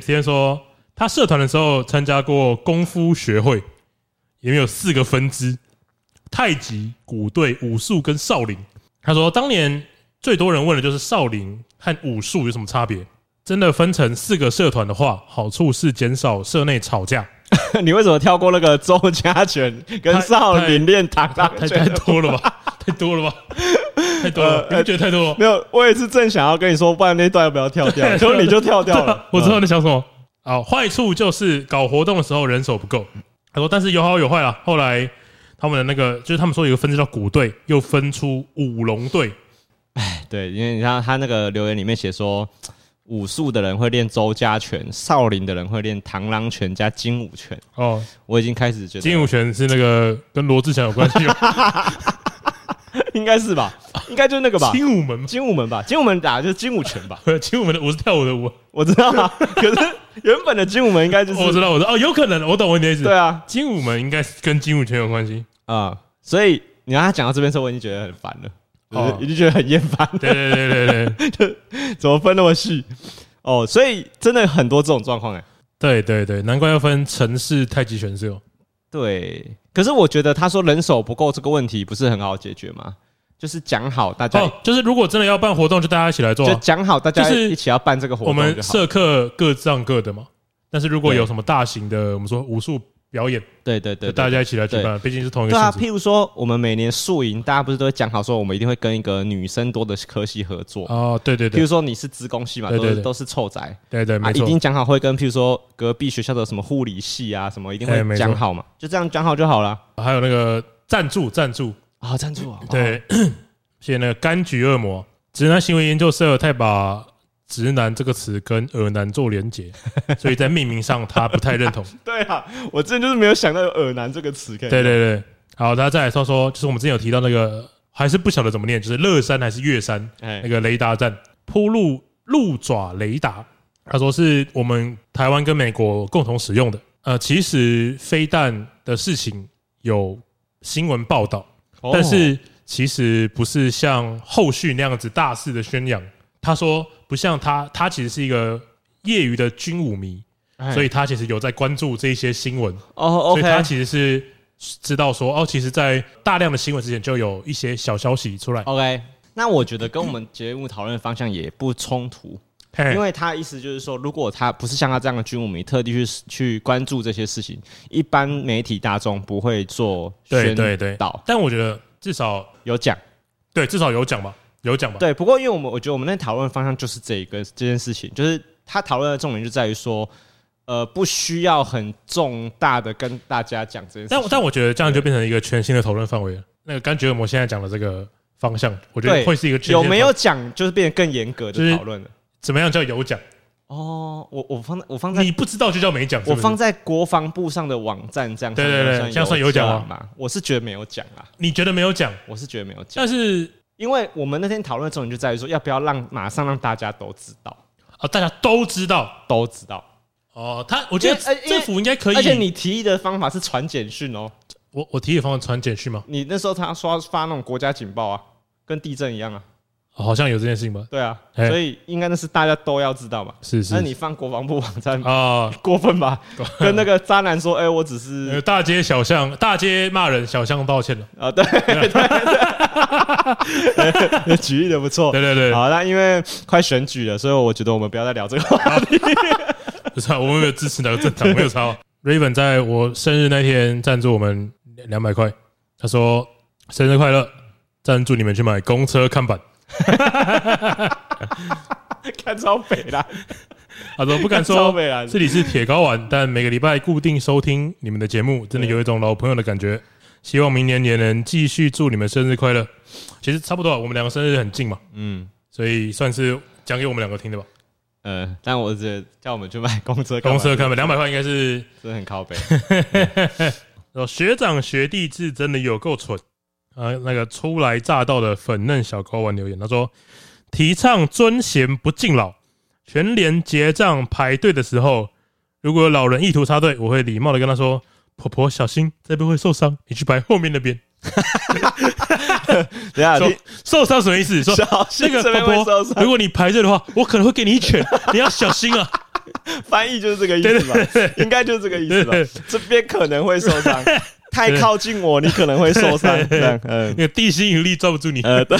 实验说，他社团的时候参加过功夫学会，里面有4个分支：太极、鼓队、武术跟少林。他说，当年最多人问的就是少林和武术有什么差别。真的分成4个社团的话，好处是减少社内吵架。 你为什么跳过那个周家拳跟少林练螳螂拳？ 太多了吧？太多了吧？太多了，你不觉得太多了？ 没有，我也是正想要跟你说，不然那段要不要跳掉？结果你就跳掉了。 我知道你想什么。好，坏处就是搞活动的时候人手不够。他说，但是有好有坏啦。后来他们的那个，就是他们说有一个分支叫鼓队，又分出舞龙队。 哎，对，因为你看他那个留言里面写说，武术的人会练周家拳，少林的人会练螳螂拳加精武拳。哦，我已经开始觉得精武拳是那个跟罗志祥有关系吗？ 应该是吧，应该就是那个吧， 精武门吧， 精武门打的就是精武拳吧。 精武门的舞是跳舞的舞， 我知道啊。可是原本的精武门应该就是我知道哦，有可能，我懂你的意思。 对啊， 精武门应该是跟精武拳有关系啊，所以你让他讲到这边的时候，我已经觉得很烦了。已经觉得很厌烦。 对， 怎么分那么细？哦，所以真的很多这种状况哎。 对，难怪要分城市太极拳是哦。 对，可是我觉得他说人手不够这个问题不是很好解决吗？就是讲好大家就是如果真的要办活动，就大家一起来做， 就讲好大家一起要办这个活动就好。 我们社课各上各的嘛。但是如果有什么大型的，我们说武术表演， 对， 大家一起来举办，毕竟是同一个性质。 对啊，譬如说我们每年宿营，大家不是都会讲好说，我们一定会跟一个女生多的科系合作哦，对。 譬如说你是资工系嘛，都是臭宅， 对，没错， 一定讲好会跟譬如说隔壁学校的什么护理系啊什么，一定会讲好嘛，就这样讲好就好了。 还有那个赞助啊，赞助啊， 对，谢谢那个柑橘恶魔直男行为研究社太把直男这个词跟耳男做连结，所以在命名上他不太认同。 对啊，我之前就是没有想到有耳男这个词可以。 对，好，大家再来说，就是我们之前有提到那个，还是不晓得怎么念，就是乐山还是月山那个雷达站铺路鹿爪雷达，他说是我们台湾跟美国共同使用的。其实飞弹的事情有新闻报道，但是其实不是像后续那样子大肆的宣扬。他说不像他其实是一个业余的军武迷，所以他其实有在关注这一些新闻。 哦， 所以他其实是知道说，其实在大量的新闻之前就有一些小消息出来。 OK， 那我觉得跟我们节目讨论的方向也不衝突，因为他意思就是说，如果他不是像他这样的军武迷，特地去关注这些事情，一般媒体大众不会做宣导。 但我觉得至少有讲， 对，至少有讲吧。 对，不过因为我觉得我们那讨论的方向就是这件事情，就是他讨论的重点就在于说，不需要很重大的跟大家讲这件事情。 但我觉得这样就变成一个全新的讨论范围了。那个柑橘恶魔现在讲的这个方向，我觉得会是一个有没有讲，就是变得更严格的讨论了。 怎么样叫有讲？ 哦，我放在你不知道就叫没讲， 我放在国防部上的网站这样。 对，这样算有讲吗？我是觉得没有讲啊。 你觉得没有讲？ 我是觉得没有讲， 但是。 因为我们那天讨论的重点就在于说，要不要马上让大家都知道大家都知道哦。我觉得政府应该可以， 而且你提议的方法是传简讯哦。 我提议的方法传简讯吗？ 你那时候他发那种国家警报啊，跟地震一样啊。 好像有这件事情吧？ 对啊，所以应该那是大家都要知道嘛。 是， 那你放国防部网站啊，过分吧？跟那个渣男说，我只是大街小巷，大街骂人，小巷道歉了啊。对，举例的不错。 对。 好，那因为快选举了，所以我觉得我们不要再聊这个话题。 不是，我们没有支持哪个政党，没有差。Raven 在我生日那天赞助我们200块，他说生日快乐，赞助你们去买公车看板。 看超北啦， 他说不敢说这里是铁睾丸，但每个礼拜固定收听你们的节目，真的有一种老朋友的感觉。希望明年也能继续祝你们生日快乐。其实差不多，我们2个生日很近嘛，所以算是讲给我们2个听的吧。 但我只叫我们去买公车看板，200块应该是真的很靠北。 学长学弟制真的有够蠢。那个初来乍到的粉嫩小睾丸留言，他说提倡尊贤不敬老，全联结账排队的时候，如果有老人意图插队，我会礼貌的跟他说：“婆婆小心，这边会受伤，你去排后面那边。” 等一下， 受伤什么意思？说那个婆婆，如果你排队的话，我可能会给你一拳，你要小心啊！ 翻译就是这个意思吧？应该就是这个意思吧？这边可能会受伤，太靠近我，你可能会受伤。这样， 那个地心引力抓不住你。 对。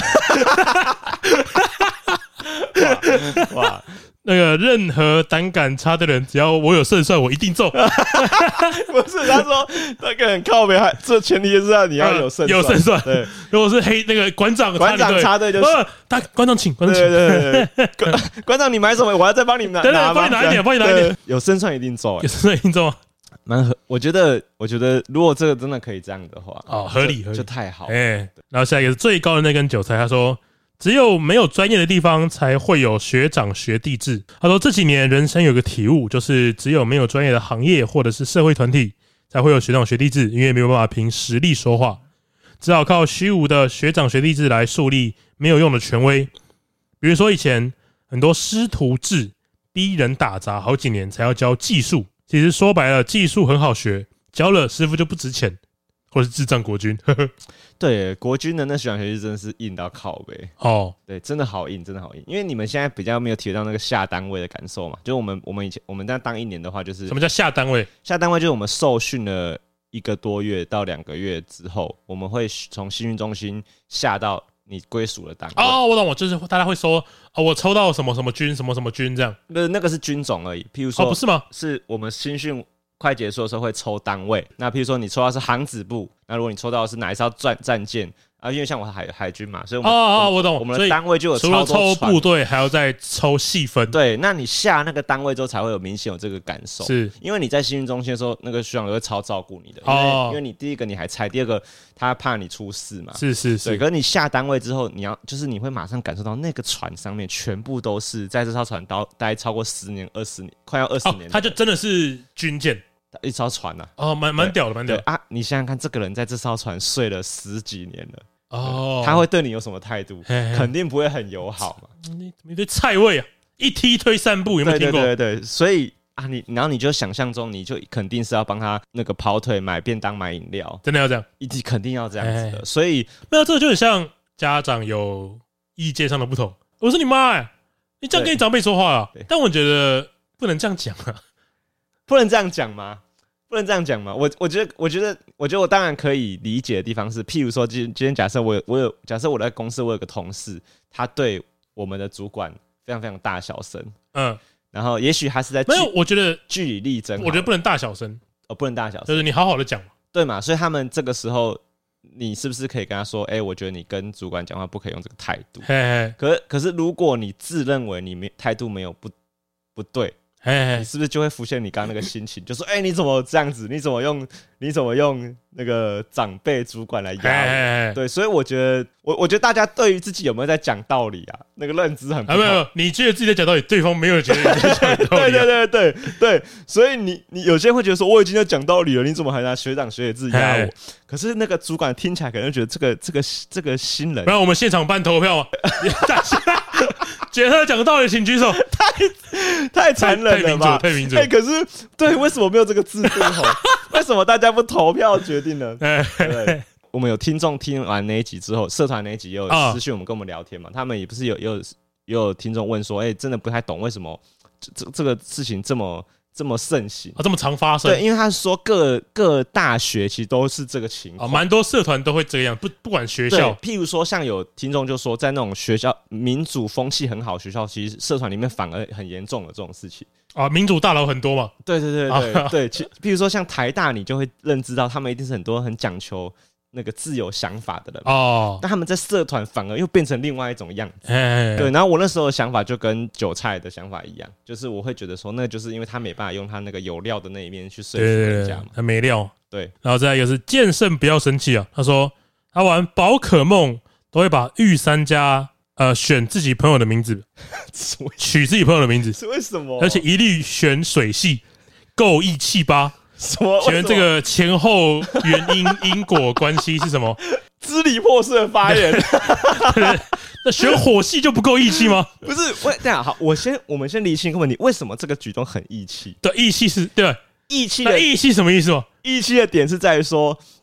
哇， 那个任何胆敢差的人，只要我有胜算，我一定中。 不是，他说那个很靠北，这前提是你要有胜算。 有胜算。 对， 如果是那个馆长插队就是馆长请，馆长请。 对，馆长你买什么？我要再帮你拿。 帮你拿一点，帮你拿一点。 有胜算一定中， 有胜算一定中。 我觉得，如果这个真的可以这样的话， 合理就太好。 然后下一个是最高的那根韭菜，他说。只有没有专业的地方才会有学长学弟制。他说这几年人生有个体悟，就是只有没有专业的行业或者是社会团体才会有学长学弟制，因为没有办法凭实力说话，只好靠虚无的学长学弟制来树立没有用的权威。比如说以前很多师徒制逼人打杂好几年才要教技术，其实说白了技术很好学，教了师傅就不值钱，或是智障国军。 对，国军的那学长学弟真的是硬到靠北哦，对，真的好硬，真的好硬。因为你们现在比较没有体会到那个下单位的感受嘛，就我们以前我们在当1年的话，就是什么叫下单位？ 下单位就是我们受训了1个多月到2个月之后，我们会从新训中心下到你归属的单位。 哦，我懂，我就是大家会说我抽到什么什么军，什么什么军这样。 那个是军种而已，譬如说， 不是吗？ 是我们新训快结束的时候会抽单位，那譬如说你抽到是航子部，那如果你抽到的是哪一艘战舰啊，因为像我海军嘛，所以我懂， 我们的单位就有除了抽部队，还要再抽细分。 对，那你下那个单位之后才会有明显有这个感受，是因为你在新训中心的时候，那个学长会超照顾你的，因为你第一个你还菜，第二个他怕你出事嘛， 是， 对。可是你下单位之后，你会马上感受到那个船上面全部都是在这艘船待超过10年、20年，快要20年， 他就真的是军舰。 一艘船啊， 蛮屌的，蛮屌的啊！你想想看，这个人在这艘船睡了10几年了，他会对你有什么态度？肯定不会很友好嘛。 你对菜味啊，一踢推3步，有没有听过？ 对，所以啊，然后你就想象中，你就肯定是要帮他那个跑腿、买便当、买饮料， 真的要这样， 肯定要这样子的。所以没有这个就很像家长有意见上的不同。我说你妈你这样跟你长辈说话啊？但我觉得不能这样讲啊。 不能这样讲吗？不能这样讲吗？我觉得我当然可以理解的地方是，譬如说今天假设假设我在公司我有个同事，他对我们的主管非常非常大小声，然后也许他是在没有，我觉得据理力争， 我觉得不能大小声， 不能大小声， 就是你好好的讲嘛， 对嘛？所以他们这个时候，你是不是可以跟他说，我觉得你跟主管讲话不可以用这个态度？可是如果你自认为你态度没有不对。你是不是就会浮现你刚刚那个心情，就说你怎么这样子？你怎么用那个长辈主管来压我？对，所以我觉得大家对于自己有没有在讲道理啊，那个认知很不同。 没有，你觉得自己在讲道理，对方没有觉得你在讲道理。 对，所以你有些人会觉得说我已经在讲道理了，你怎么还拿学长学姐制压我？可是那个主管听起来可能觉得这个新人， 不然我们现场办投票嘛。觉得他讲道理，请举手。 太残忍了吧？ 太民主。 可是对，为什么没有这个制度？为什么大家不投票决定呢？对，我们有听众听完那一集之后，社团那一集也有私讯我们跟我们聊天嘛，他们也不是有听众问说，真的不太懂为什么这个事情这么盛行这么常发生。 对，因为他说各大学其实都是这个情况， 蛮多社团都会这样，不管学校。 譬如说，像有听众就说，在那种学校民主风气很好的学校，其实社团里面反而很严重的这种事情民主大佬很多嘛。 对，譬如说像台大，你就会认知到他们一定是很多很讲求那个自由想法的人那他们在社团反而又变成另外一种样子。对，然后我那时候的想法就跟韭菜的想法一样，就是我会觉得说，那就是因为他没办法用他那个有料的那一面去说服人家嘛， 他没料。 对， 然后再来一个是剑圣不要生气啊，他说他玩宝可梦都会把御三家选自己朋友的名字，取自己朋友的名字， 是为什么？ 而且一律选水系，够义气吧？ 什么？ 请问这个前后原因因果关系是什么？ 支离破碎的发言。 那选火系就不够义气吗？ 不是，这样好，我们先厘清一个问题：为什么这个举动很义气？ 对，义气是对义气的义气什么意思吗？ 义气的点是在于说，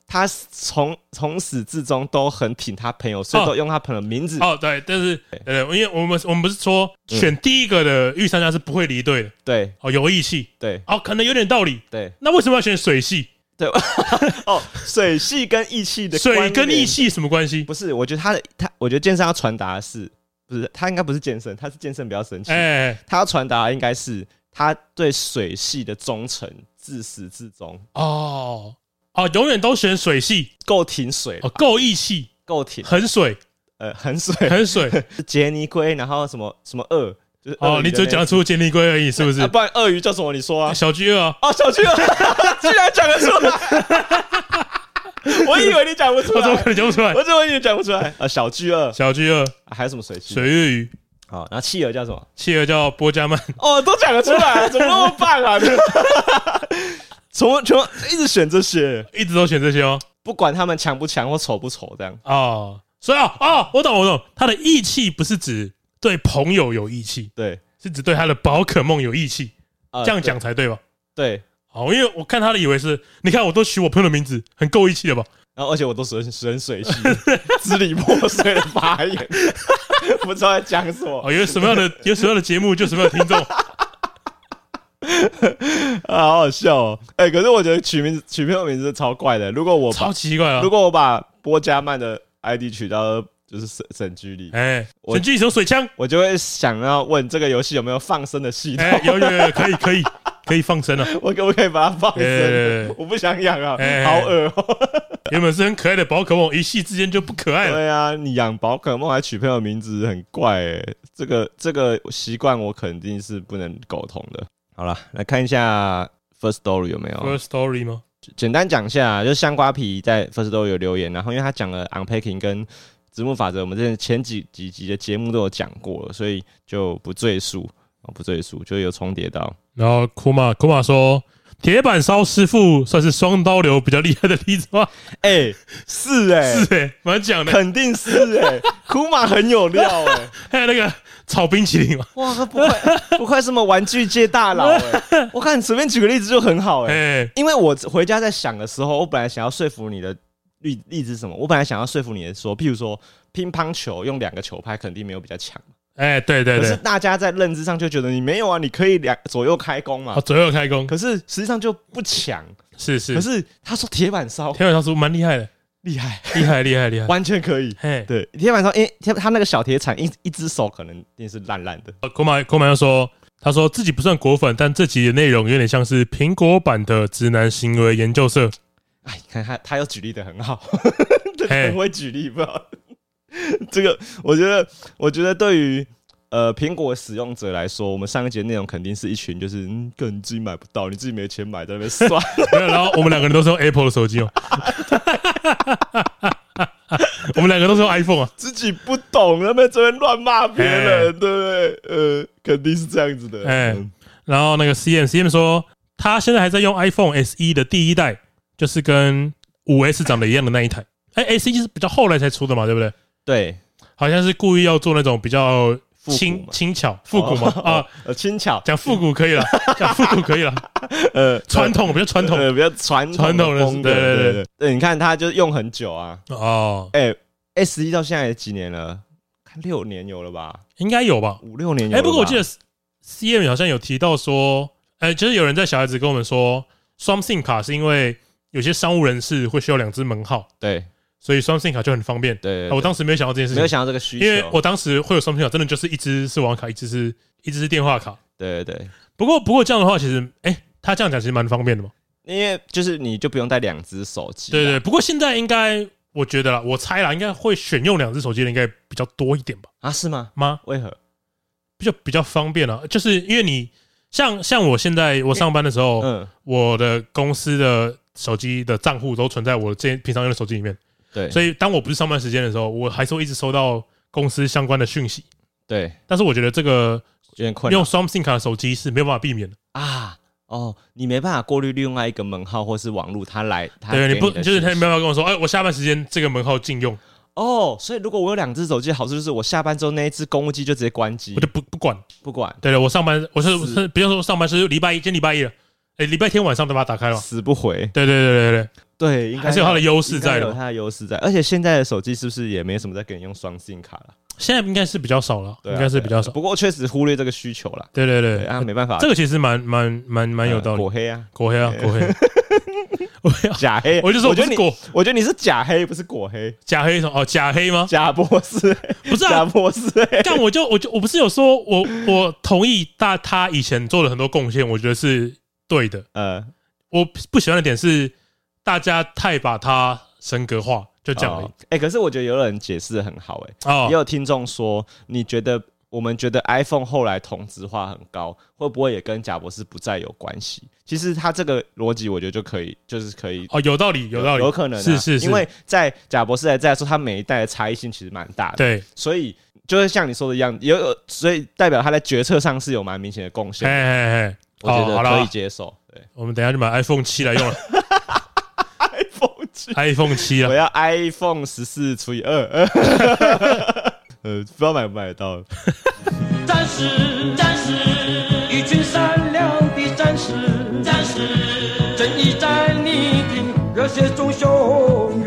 他从始至终都很挺他朋友，所以都用他朋友名字。 对，但是因为我们不是说选第一个的御三家是不会离队的， 对， 有义气， 对， 可能有点道理， 对。 那为什么要选水系？ 对，水系跟义气的水跟义气什么关系？ 不是，我觉得我觉得健身要传达的是，不是他应该不是健身，他是健身不要生气。他要传达的应该是他对水系的忠诚，自始至终。 永远都选水系， 够挺水， 够义气， 够挺， 很水， 很水，杰尼龟，然后什么鳄。 你只讲出杰尼龟而已，是不是？ 不然鳄鱼叫什么？你说啊？ 小巨鳄小巨鳄，居然讲得出来！我以为你讲不出来， 我怎么可能讲不出来？ 我怎么以为讲不出来？小巨鳄，还有什么水系？ 水月鱼。 好，然后企鹅叫什么？ 企鹅叫波加曼。 都讲得出来，怎么那么棒啊？全一直选这些， 一直都选这些哦， 不管他们强不强或丑不丑，这样所以我懂，他的义气不是指对朋友有义气， 对， 是指对他的宝可梦有义气，这样讲才对吧？ 对， 因为我看他的以为是，你看我都取我朋友的名字，很够义气了吧？ 然后而且我都选水系，支离破碎的发言，不知道在讲什么。 有什么样的节目就什么样的听众。 好好笑哦！可是我觉得取朋友名字超怪的。 超奇怪啊！ 如果我把波加曼的 ID 取到就是沈居里， 沈居里有水枪， 我就会想要问这个游戏有没有放生的系统？ 有，可以放生啊！ 我可不可以把它放生？我不想养啊，好恶哦！ 原本是很可爱的宝可梦，一夕之间就不可爱了。 对啊，你养宝可梦还取朋友名字，很怪这个习惯我肯定是不能苟同的。好了，来看一下 First Story 有没有 First Story 吗？ 简单讲一下，就是香瓜皮在 First Story 有留言，然后因为他讲了 Unpacking 跟子木法则，我们之前几集的节目都有讲过了，所以就不赘述，就有重叠到。 然后库玛说，铁板烧师傅算是双刀流比较厉害的例子吗？ 是蛮讲的， 肯定是库玛很有料还有那个炒冰淇淋嘛， 哇，不愧什么玩具界大佬我看你随便举个例子就很好因为我回家在想的时候，我本来想要说服你的例子是什么？我本来想要说服你的说，譬如说乒乓球用2个球拍肯定没有比较强。 对， 可是大家在认知上就觉得你没有啊，你可以左右开弓嘛， 左右开弓， 可是实际上就不强。 是， 可是他说铁板烧是蛮厉害的，厉害， 完全可以。对，铁板烧，他那个小铁铲一只手可能一定是烂的。 国马又说，他说自己不算果粉，但这集的内容有点像是苹果版的直男行为研究社。 看他又举例的很好，很会举例，不知道。这个我觉得对于苹果使用者来说，我们上一节内容肯定是一群就是个人自己买不到，你自己没钱买，在那边算。 然后我们2个人都是用 Apple 的手机我们2个都是用 iPhone 啊， 自己不懂，那边这边乱骂别人，对不对？肯定是这样子的。 然后那个 CM 说，他现在还在用 iPhone SE 的第1代，就是跟5S 长得一样的那一台。SE 是比较后来才出的嘛，对不对？ 对， 好像是故意要做那种比较轻巧复古嘛轻巧讲复古可以了，讲复古可以了，传统比较传统， 比较传统的风格，对，你看他就用很久啊，SE 到现在几年了？看6年有了吧？ 应该有吧 ，5、6年有了吧。 不过我记得 CM 好像有提到说，就是有人在小孩子跟我们说，双 SIM 卡是因为有些商务人士会需要2只门号，对。所以双 SIM 卡就很方便。对，我当时没有想到这件事情， 没有想到这个需求， 因为我当时会有双 SIM 卡，真的就是一只是网卡，一只是电话卡。 对。 不过这样的话，其实他这样讲其实蛮方便的嘛， 因为就是你就不用带2只手机。 对。不过现在应该，我觉得啦，我猜啦，应该会选用2只手机的应该比较多一点吧？ 是吗？为何？ 比较方便啊，就是因为你像我现在我上班的时候，我的公司的手机的账户都存在我平常用的手机里面。对，所以当我不是上班时间的时候，我还是会一直收到公司相关的讯息。对，但是我觉得这个有点困难，用双 SIM 卡的手机是没有办法避免的啊。 你没办法过滤另外一个门号或是网路， 对，你不就是他没办法跟我说，我下班时间这个门号禁用。 所以如果我有2只手机，好处就是我下班之后那一只公务机就直接关机， 我就不管。对，我上班我是比如说上班是今天礼拜一了。礼拜天晚上都把它打开了， 死不回。 对。 对，应该还是有它的优势在的， 有它的优势在。而且现在的手机是不是也没什么在给你用双 SIM 卡了？ 现在应该是比较少了，应该是比较少。 不过确实忽略这个需求了。 对对对， 啊，没办法， 这个其实蛮有道理。 果黑啊， 果黑啊，果黑。 假黑， 我就说我觉得我觉得你是假黑，不是果黑。 假黑什么？哦，假黑吗？ 假博士， 不是啊， 假博士。 但我不是有说我同意他以前做了很多贡献，我觉得是对的。我不喜欢的点是大家太把他神格化，就这样而已。 可是我觉得有人解释得很好，也有听众说，我们觉得 iPhone 后来同质化很高，会不会也跟贾博士不再有关系？其实他这个逻辑，我觉得就是可以有道理，有可能是，因为在贾博士还在的时候，他每一代的差异性其实蛮大的， 对， 所以就是像你说的一样，所以代表他在决策上是有蛮明显的贡献。我觉得可以接受。对， 我们等一下就买 iPhone 7来用了。iPhone 7了， 我要 iPhone 14×2。不知道买不买得到。 战士，一群善良的战士，正义在你的热血中汹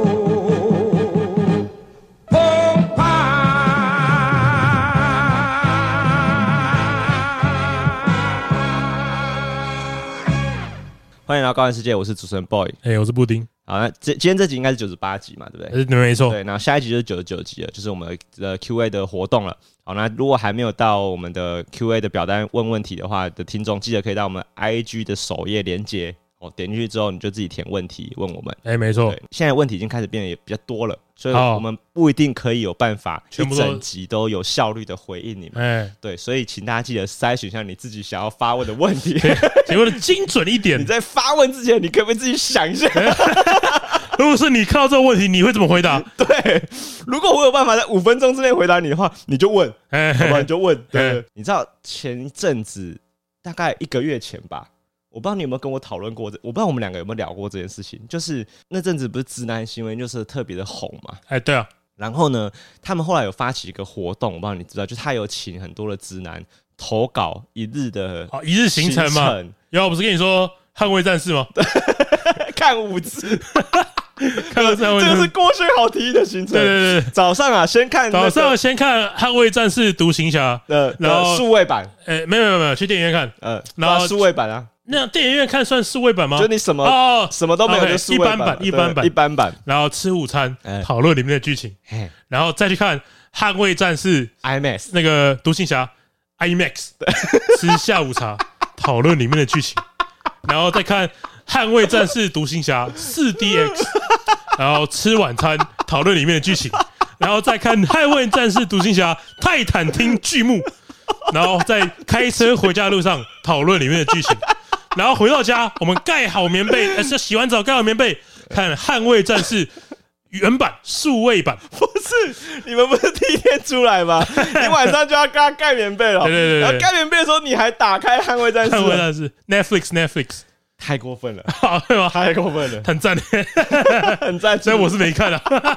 涌澎湃。 欢迎来到高玩世界，我是主持人 Boy， 我是布丁。 好，那今天这集应该是98集嘛，对不对？ 没错。 对，那下一集就是99集了，就是我们的 Q&A 的活动了。好，那如果还没有到我们的 Q&A 的表单问问题的话的听众，记得可以到我们 IG 的首页连结，点进去之后你就自己填问题问我们。 没错。 现在问题已经开始变得也比较多了，所以我们不一定可以有办法一整集都有效率的回应你们。对，所以请大家记得筛选一下你自己想要发问的问题， 请问的精准一点。 你在发问之前，你可不可以自己想一下？ 如果是你看到这个问题，你会怎么回答？ 对，如果我有办法在5分钟之内回答你的话，你就问，要不然你就问。对，你知道前一阵子大概1个月前吧，我不知道你有没有跟我讨论过，我不知道我们2个有没有聊过这件事情。就是那阵子不是直男行为就是特别的红嘛？ 对啊。 然后呢，他们后来有发起一个活动，我不知道你知道，就他有请很多的直男投稿一日行程嘛。 我不是跟你说捍卫战士吗？ 看5次。这个是郭轩豪提议的行程。 对， 早上先看捍卫战士独行侠，然后数位版。 没有去电影院看。 然后数位版啊。 那电影院看算数位版吗？ 就你什么都没有，就数位版， 一般版。然后吃午餐，讨论里面的剧情，然后再去看捍卫战士 IMAX 那个独行侠 IMAX， 吃下午茶，讨论里面的剧情，然后再看捍卫战士独行侠 4DX， 然后吃晚餐，讨论里面的剧情，然后再看捍卫战士独行侠泰坦厅剧目，然后再开车回家的路上讨论里面的剧情，然后回到家我们盖好棉被，洗完澡盖好棉被，看捍卫战士原版数位版。 不是，你们不是第一天出来吗？你晚上就要跟他盖棉被了。 对， 然后盖棉被的时候你还打开捍卫战士 Netflix。 太过分了， 对吗？ 太过分了， 很赞， 很赞。 所以我是没看啊。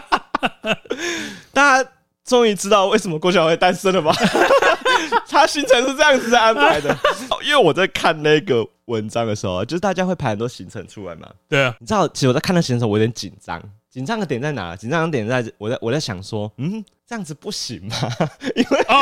大家终于知道为什么郭晓辉单身了吧？他行程是这样子在安排的。因为我在看那个文章的时候，就是大家会排很多行程出来嘛。 对啊， 你知道，其实我在看那行程的时候，我有点紧张。紧张的点在哪？紧张的点在我在想说，这样子不行吗？因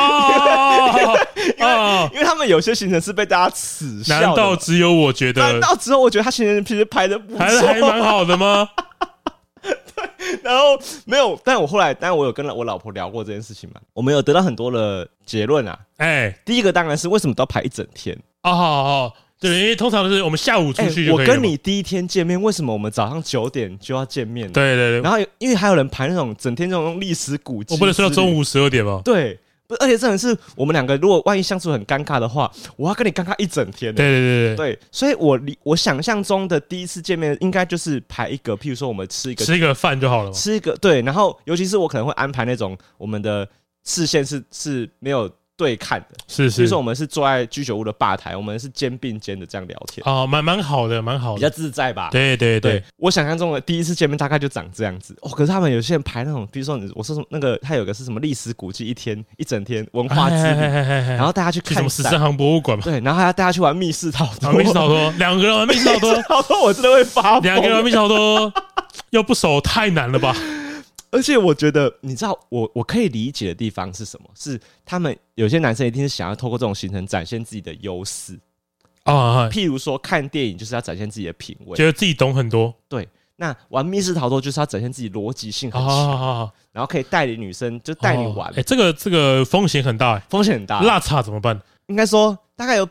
为他们有些行程是被大家耻笑的。 难道只有我觉得？ 难道只有我觉得他行程其实排的不错， 还蛮好的吗？ 对，然后没有，但我有跟我老婆聊过这件事情嘛，我们有得到很多的结论啊。第一个当然是为什么都要排一整天对，因为通常是我们下午出去就可以了。 我跟你第一天见面，为什么我们早上9点就要见面？ 对。 然后因为还有人排那种整天这种历史古迹， 我不能睡到中午12点吗？ 对，而且这种是我们2个如果万一相处很尴尬的话，我要跟你尴尬一整天。对，所以我想象中的第一次见面应该就是排一个，譬如说我们吃一个饭就好了嘛。 吃一个对，然后尤其是我可能会安排那种我们的视线是没有对看的， 是， 比如说我们是坐在居酒屋的吧台，我们是肩并肩的这样聊天， 哦，蛮好的，蛮好的， 比较自在吧？ 对， 我想象中的第一次见面大概就长这样子哦。可是他们有些人排那种，比如说我说什么那个，他有个是什么历史古迹一整天文化之旅，然后带他去看什么13行博物馆嘛， 对，然后还要带他去玩密室逃脱， 密室逃脱，2个人玩密室逃脱， 我真的会发疯 ，2个人玩密室逃脱又不熟，太难了吧？ 而且我觉得，你知道我可以理解的地方是什么？是他们有些男生一定是想要透过这种行程展现自己的优势啊，譬如说看电影就是要展现自己的品味， 觉得自己懂很多。 对，那玩密室逃脱就是要展现自己逻辑性很强，然后可以带领女生就带你玩。 这个风险很大， 风险很大， 落差怎么办？ 应该说大概有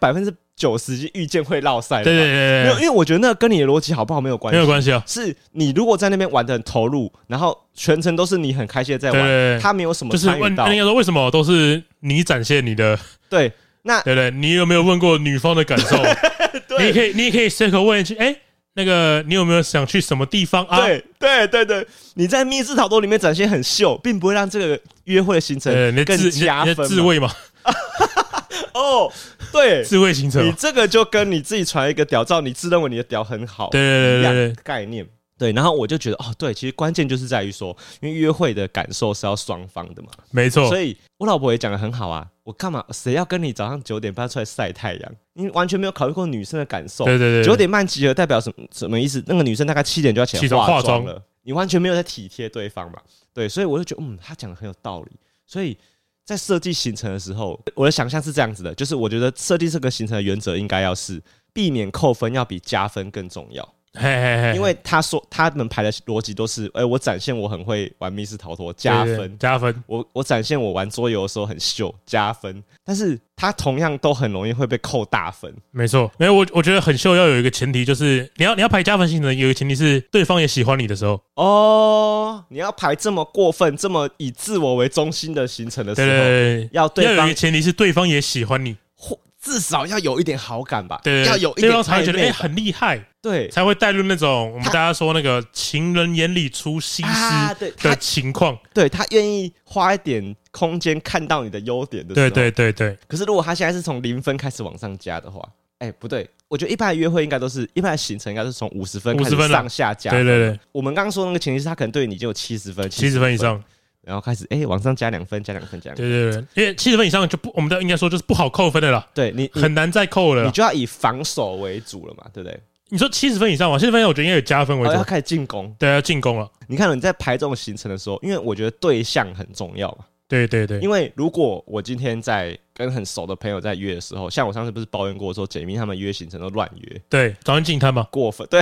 90%预见会落赛。 对， 没有，因为我觉得那个跟你的逻辑好不好没有关系， 没有关系啊。 是你如果在那边玩得很投入，然后全程都是你很开心的在玩，他没有什么参与到。 应该说为什么都是你展现你的？ 对，那对，你有没有问过女方的感受？你也可以随口问一句，那个你有没有想去什么地方啊？ 对，你在密室逃脱里面展现很秀，并不会让这个约会的行程更加分。 你的自慰嘛？ 哦，对， 自慰行程， 你这个就跟你自己传一个屌照，你自认为你的屌很好， 对， 概念。对，然后我就觉得对，其实关键就是在于说，因为约会的感受是要双方的嘛， 没错。 所以我老婆也讲得很好啊，我干嘛？谁要跟你早上9点半出来晒太阳？你完全没有考虑过女生的感受。 对 ，9点半集合代表什么意思？那个女生大概7点就要起来化妆了，你完全没有在体贴对方嘛。对，所以我就觉得，他讲得很有道理。所以在设计行程的时候，我的想象是这样子的，就是我觉得设计这个行程的原则应该要是避免扣分，要比加分更重要。因为他们排的逻辑都是，我展现我很会玩密室逃脱加分， 加分。 我展现我玩桌游的时候很秀加分，但是他同样都很容易会被扣大分。 没错，没有我觉得很秀要有一个前提，就是你要排加分行程，有一个前提是对方也喜欢你的时候。 你要排这么过分、这么以自我为中心的行程的时候， 对， 要有一个前提是对方也喜欢你。 至少要有一点好感吧， 对， 要有一点对方才会觉得很厉害， 对， 才会带入那种我们大家说那个情人眼里出西施的情况， 对，他愿意花一点空间看到你的优点的时候， 对。 可是如果他现在是从0分开始往上加的话，不对，我觉得一般的约会应该都是一般的行程应该是从50分开始上下加， 对。 我们刚刚说那个前提是他可能对你就有70分以上。 然后开始往上加2分，加2分，加2分。 对，因为70分以上就不，我们应该说就是不好扣分的啦。 对，你很难再扣了， 你就要以防守为主了嘛，对不对？ 你说70分以上嘛，70分以上我觉得应该有加分为主， 要开始进攻。 对，要进攻了。 你看你在排这种行程的时候，因为我觉得对象很重要嘛。 对， 因为如果我今天在跟很熟的朋友在约的时候，像我上次不是抱怨过说解密他们约行程都乱约， 对，早上进摊嘛， 过分，对，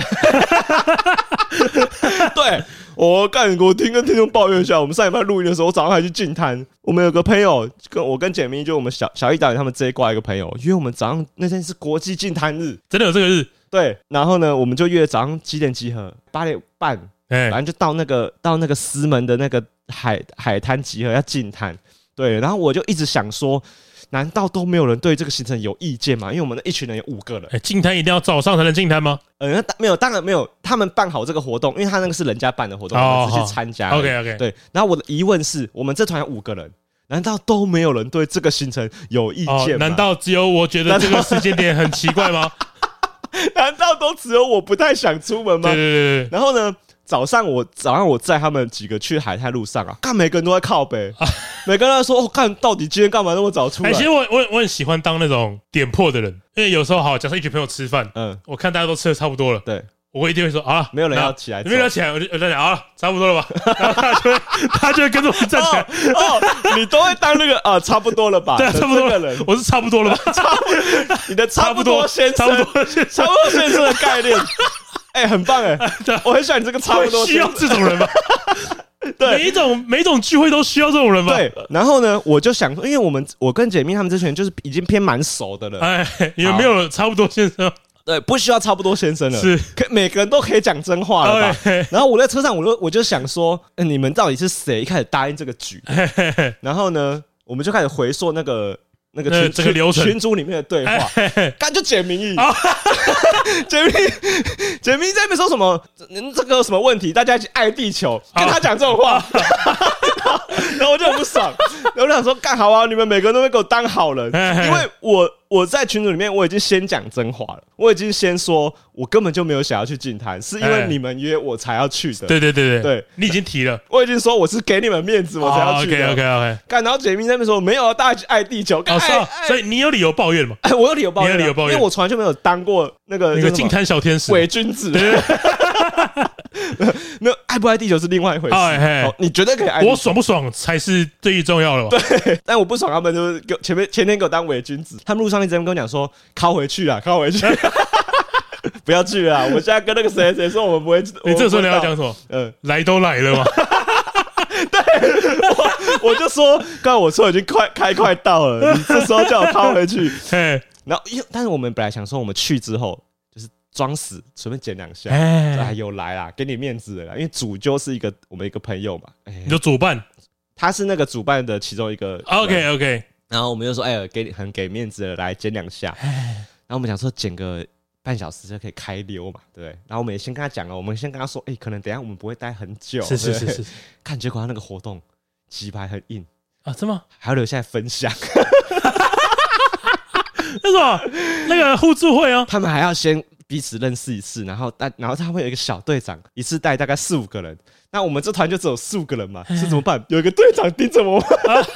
对，我听跟听众抱怨一下，我们上礼拜录音的时候，我早上还去进摊，我们有个朋友跟解密，就我们小易导演他们这一挂一个朋友约我们早上那天是国际进摊日， 真的有这个日， 对，然后呢，我们就约早上几点集合，8点半，反正就到那个石门的那个海滩集合要进摊。对，然后我就一直想说，难道都没有人对这个行程有意见吗？因为我们的一群人有5个人， 进摊一定要早上才能进摊吗？ 没有，当然没有。他们办好这个活动，因为他那个是人家办的活动，我们只去参加。 OK， 对。然后我的疑问是，我们这团有5个人，难道都没有人对这个行程有意见吗？ 难道只有我觉得这个时间点很奇怪吗？ 难道都只有我不太想出门吗？ 对。 然后呢？早上我载他们几个去海滩路上啊，看每个人都在靠北，每个人都说看到底今天干嘛那么早出来？ 其实我很喜欢当那种点破的人，因为有时候假设一群朋友吃饭，我看大家都吃的差不多了， 对， 我一定会说啊， 没有人要起来， 没有人要起来，我就在讲啊，差不多了吧，然后他就会跟着我站起来。 你都会当那个差不多了吧？ 对，差不多了，我是差不多了吧？ 你的差不多先生，差不多先生的概念。很棒我很喜欢你这个差不多。 需要这种人吗？对，每一种聚会都需要这种人吗？ 对。然后呢，我就想说，因为我跟解密他们这群人就是已经偏蛮熟的了。有没有差不多先生？对，不需要差不多先生了，是每个人都可以讲真话了吧？然后我在车上，我就想说，你们到底是谁一开始答应这个局？然后呢，我们就开始回溯那个这个流程群组里面的对话，干就简明义，简明在那边说什么？这个有什么问题？大家一起爱地球，跟他讲这种话， 然后我就很不爽，然后我想说干好啊，你们每个人都会给我当好人，因为我在群组里面我已经先讲真话了，我已经先说我根本就没有想要去净滩，是因为你们约我才要去的。 对，你已经提了， 我已经说我是给你们面子我才要去的。 OK， 干，然后解密那边说没有啊，大家爱地球。 所以你有理由抱怨嘛？ 我有理由抱怨，因为我从来就没有当过那个净滩小天使、 伪君子。没有爱不爱地球是另外一回事。你绝对可以爱地球， 我爽不爽才是最重要的吧？ 对，但我不爽，他们就是前天给我当伪君子。他们路上一直跟我讲说，拷回去啊，拷回去。不要去啊！我现在跟那个谁说我们不会。 你这时候你要讲什么？来都来了嘛。 对，我就说，刚才我车已经快到了，你这时候叫我拷回去。然后，但是我们本来想说，我们去之后就是装死，随便捡2下。有来啦，给你面子了啦，因为主就是我们一个朋友嘛。 你就主办， 他是那个主办的其中一个。 OK。 然后我们就说，很给面子了，来捡2下。然后我们想说捡个半小时就可以开溜嘛，对不对？然后我们也先跟他讲了，我们先跟他说，可能等一下我们不会待很久。 是。 看结果他那个活动鸡排很硬啊，真吗？ 还要留下来分享。 那什么，那个互助会哦， 他们还要先彼此认识一次，然后他会有一个小队长，一次带大概4-5个人。那我们这团就只有4-5个人嘛，是怎么办？有一个队长盯着我们。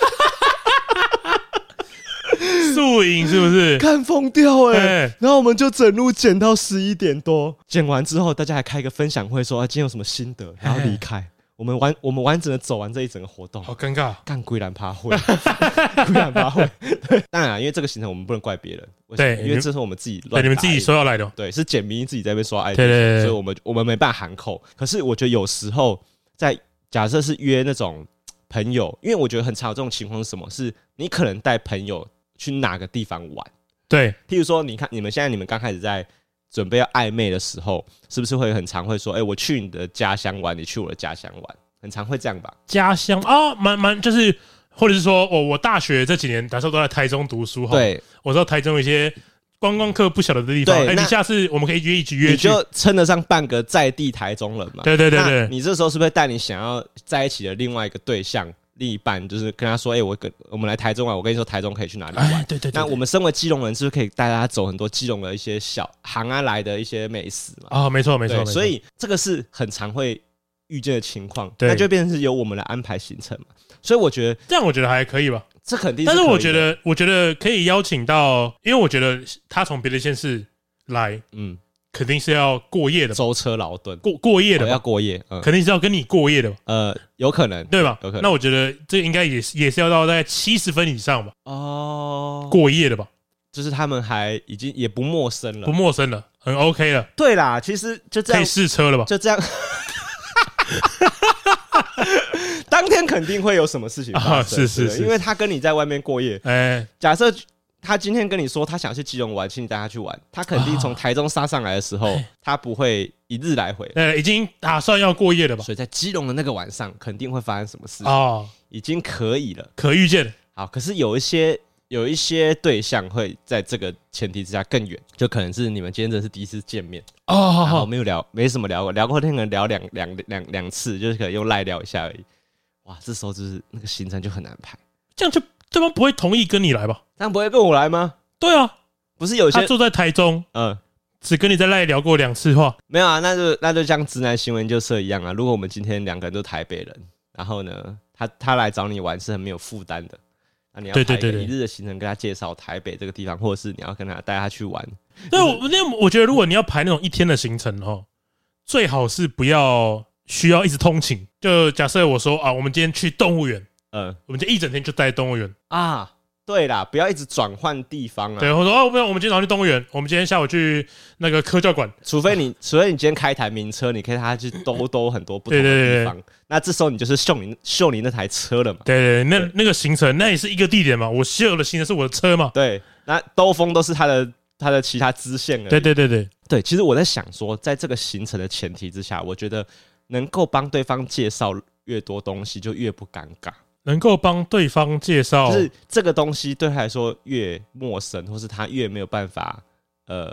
宿营是不是？ 看疯掉然后我们就整路剪到11点多，剪完之后大家还开一个分享会，说今天有什么心得，然后离开。我们完整的走完这一整个活动， 好尴尬， 干归兰趴会，归兰趴会。当然，因为这个行程我们不能怪别人， 对， 因为这是我们自己乱， 你们自己说要来的， 对，是简明自己在那边刷 ID， 对， 所以我们没办法含扣。可是我觉得有时候在假设是约那种朋友，因为我觉得很常有这种情况是什么？是你可能带朋友去哪个地方玩， 对， 譬如说，你看你们刚开始在准备要暧昧的时候，是不是会很常会说，我去你的家乡玩，你去我的家乡玩，很常会这样吧？ 家乡啊，蛮就是，或者是说，我大学这几年，假设都在台中读书， 对， 我知道台中有一些观光客不晓得的地方，你下次我们可以一起约， 你就称得上半个在地台中人嘛？ 对， 你这时候是不是带你想要在一起的另外一个对象？另一半就是跟他说，我们来台中玩，我跟你说台中可以去哪里玩？ 对。 那我们身为基隆人，是不是可以带他走很多基隆的一些小行啊来的一些美食嘛？ 没错。 所以这个是很常会遇见的情况，那就变成是由我们来安排行程嘛。所以我觉得这样，我觉得还可以吧。 这肯定是可以的， 但是我觉得可以邀请到，因为我觉得他从别的县市来，肯定是要过夜的， 舟车劳顿， 过夜的， 要过夜， 肯定是要跟你过夜的， 有可能， 对吧？ 有可能。 那我觉得这应该也是要到大概70分以上吧。过夜的吧， 就是他们还已经也不陌生了， 很 OK 了。 对啦，其实就这样可以试车了吧？ 就这样。当天肯定会有什么事情发生， 是， 因为他跟你在外面过夜。假设他今天跟你说他想去基隆玩，请你带他去玩，他肯定从台中杀上来的时候，他不会一日来回， 已经打算要过夜了吧？ 所以在基隆的那个晚上，肯定会发生什么事已经可以了， 可预见。 好，可是有一些对象会在这个前提之下更远，就可能是你们今天真的是第一次见面好，没什么聊过天，可能聊两次，就是可能用赖聊一下而已。哇，这时候就是那个行程就很难排， 这样就对方不会同意跟你来吧？ 他不会跟我来吗？ 对啊， 不是有些他住在台中，只跟你在赖聊过2次话， 没有啊？那就像直男行为就社一样啊。如果我们今天2个人都台北人，然后呢，他来找你玩是很没有负担的。那你要排一个一日的行程，跟他介绍台北这个地方，或者是你要跟他带他去玩。 对，我觉得如果你要排那种1天的行程最好是不要需要一直通勤。就假设我说我们今天去动物园，我们就一整天就待动物园啊。对啦，不要一直转换地方啊。 对，我说没有，我们今天早上去动物园，我们今天下午去那个科教馆。 除非你今天开一台名车，你可以带他去兜很多不同的地方。那这时候你就是秀你那台车了嘛。 对，那个行程那也是一个地点嘛，我秀的行程是我的车嘛。 对，那兜风都是他的其他支线而已。 对， 其实我在想说，在这个行程的前提之下，我觉得能够帮对方介绍越多东西，就越不尴尬。 能够帮对方介绍， 就是这个东西对他来说越陌生，或是他越没有办法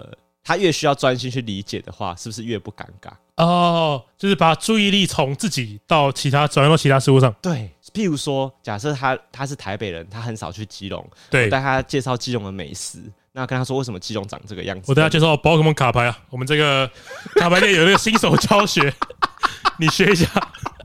他越需要专心去理解的话，是不是越不尴尬？ 哦，就是把注意力从自己到转到其他事物上。 对，譬如说，假设他是台北人，他很少去基隆， 对， 我带他介绍基隆的美食，那跟他说为什么基隆长这个样子。 我带他介绍宝可梦卡牌啊，我们这个卡牌店有那个新手教学，你学一下。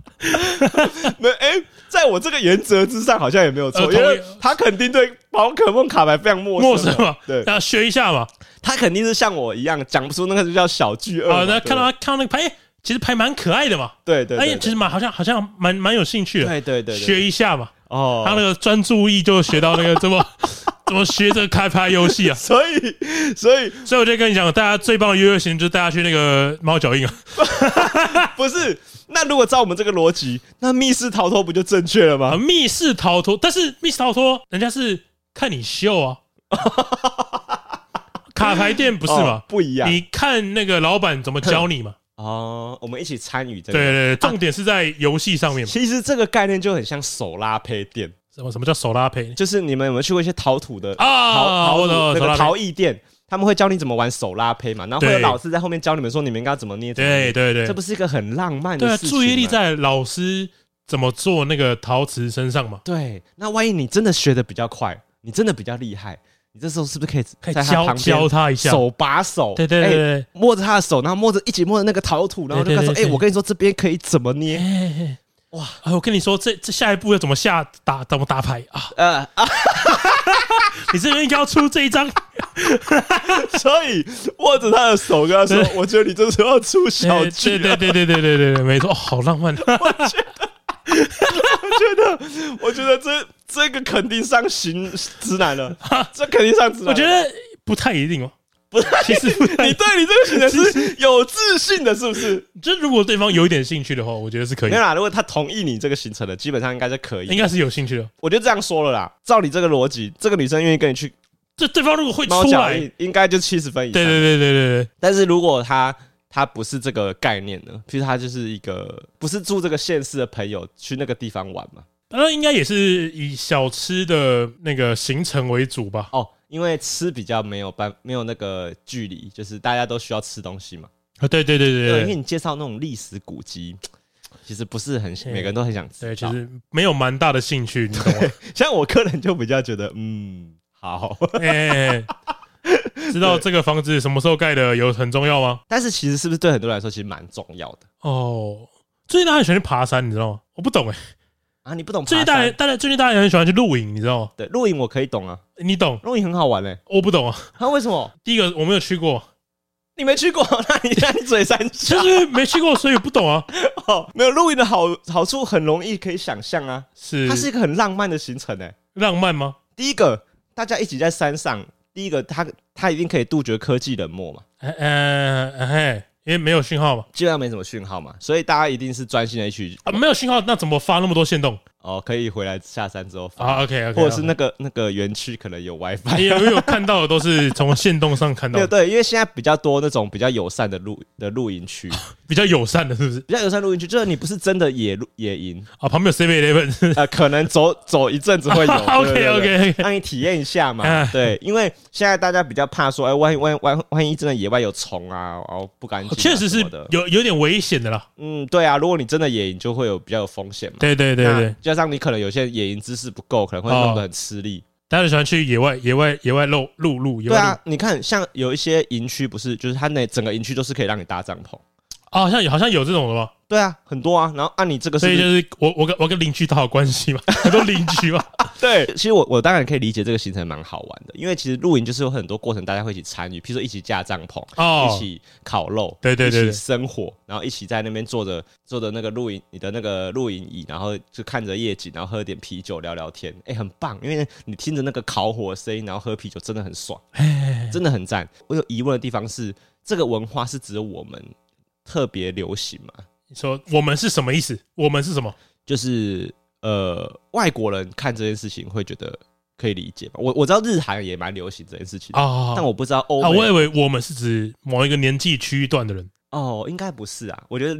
在我这个原则之上，好像也没有错，因为他肯定对宝可梦卡牌非常陌生嘛，对，要学一下嘛。 他肯定是像我一样讲不出那个就叫小巨鳄那看到那个牌，其实牌蛮可爱的嘛。 对对， 其实好像蛮有兴趣的。 对， 学一下嘛。 哦， 他那个专注力就学到那个怎么学这个开牌游戏啊。 所以我就跟你讲，大家最棒的约会行就是带他去那个猫脚印啊。 不是。那如果照我们这个逻辑，那密室逃脱不就正确了吗？ 密室逃脱，但是密室逃脱人家是看你秀啊，卡牌店不是嘛？ 不一样。 你看那个老板怎么教你嘛？ 我们一起参与这个。 对，重点是在游戏上面。 其实这个概念就很像手拉胚店。 什么叫手拉胚？ 就是你们有没有去过一些陶土的那个陶艺店？他们会教你怎么玩手拉胚嘛，然后会有老师在后面教你们说你们应该怎么捏。 对， 这不是一个很浪漫的事情吗？ 对，注意力在老师怎么做那个陶瓷身上嘛。 对，那万一你真的学的比较快，你真的比较厉害，你这时候是不是可以在他旁边教他一下， 手把手？ 对， 摸着他的手，然后一起摸着那个陶土，然后就跟他说：“我跟你说这边可以怎么捏。” 哇！我跟你说，这下一步要怎么怎么打牌啊？你这边应该要出这一张。 所以握着他的手跟他说：“我觉得你这时候要出小剧。” 对，没错，好浪漫。 我觉得这个肯定上型直男了，这肯定上直男。 我觉得不太一定哦。 不是，其实你对你这个行程是有自信的，是不是？ 就如果对方有一点兴趣的话，我觉得是可以。 没有啦，如果他同意你这个行程的，基本上应该是可以， 应该是有兴趣的。 我就这样说了啦。照你这个逻辑，这个女生愿意跟你去， 这对方如果会出来， 应该就70分以上。 对。 但是如果他不是这个概念呢？譬如他就是一个不是住这个县市的朋友去那个地方玩嘛， 那应该也是以小吃的那个行程为主吧？ 因为吃比较没有那个距离，就是大家都需要吃东西嘛。 对， 因为你介绍那种历史古迹，其实不是很每个人都很想知道。 对，其实没有蛮大的兴趣，你懂吗？ 像我个人就比较觉得，好， 知道这个房子什么时候盖的有很重要吗？ 但是其实是不是对很多人来说其实蛮重要的？ 最近大家很喜欢去爬山，你知道吗？我不懂你不懂爬山。最近大家也很喜欢去露营，你知道吗？ 对，露营我可以懂啊， 你懂？ 露营很好玩我不懂啊。 为什么？ 第一个我没有去过， 你没去过，那你嘴三小， 就是没去过，所以不懂啊。 没有露营的好处很容易可以想象啊，它是一个很浪漫的行程浪漫吗？ 第一个，大家一起在山上，第一个它一定可以杜绝科技冷漠嘛。 因为没有讯号嘛， 基本上没什么讯号嘛，所以大家一定是专心的去没有讯号，那怎么发那么多限动？ 可以回来下山之后发 OK， 或者是那个园区可能有 WiFi。 有看到的都是从限动上看到的。 对，因为现在比较多那种比较友善的露营区， 比较友善的，是不是？ 比较友善露营区，就是你不是真的野营旁边有 7-11， 可能走一阵子会有。 OK， 让你体验一下嘛。对，因为现在大家比较怕说，万一真的野外有虫啊，然后不干净， 确实是有点危险的啦。 对啊，如果你真的野营，就会比较有风险嘛。 对， 加上你可能有些野营知识不够，可能会弄得很吃力。 大家都喜欢去野外露。 对啊，你看像有一些营区，不是就是它那整个营区都是可以让你搭帐篷。 好像有这种的吗？ 对啊，很多啊。然后你这个所以就是我跟邻居打好关系嘛，很多邻居嘛。 对，其实我当然可以理解这个行程蛮好玩的，因为其实露营就是有很多过程，大家会一起参与，譬如说一起架帐篷，一起烤肉， 对， 一起生火，然后一起在那边坐着那个你的那个露营椅，然后就看着夜景，然后喝点啤酒聊聊天，很棒，因为你听着那个烤火的声音，然后喝啤酒，真的很爽，真的很赞。我有疑问的地方是，这个文化是只有我们特别流行吗？ 你说我们是什么意思？我们是什么？ 就是外国人看这件事情会觉得可以理解吧？我知道日韩也蛮流行这件事情但我不知道欧美。 我以为我们是指某一个年纪区段的人。 应该不是啊。我觉得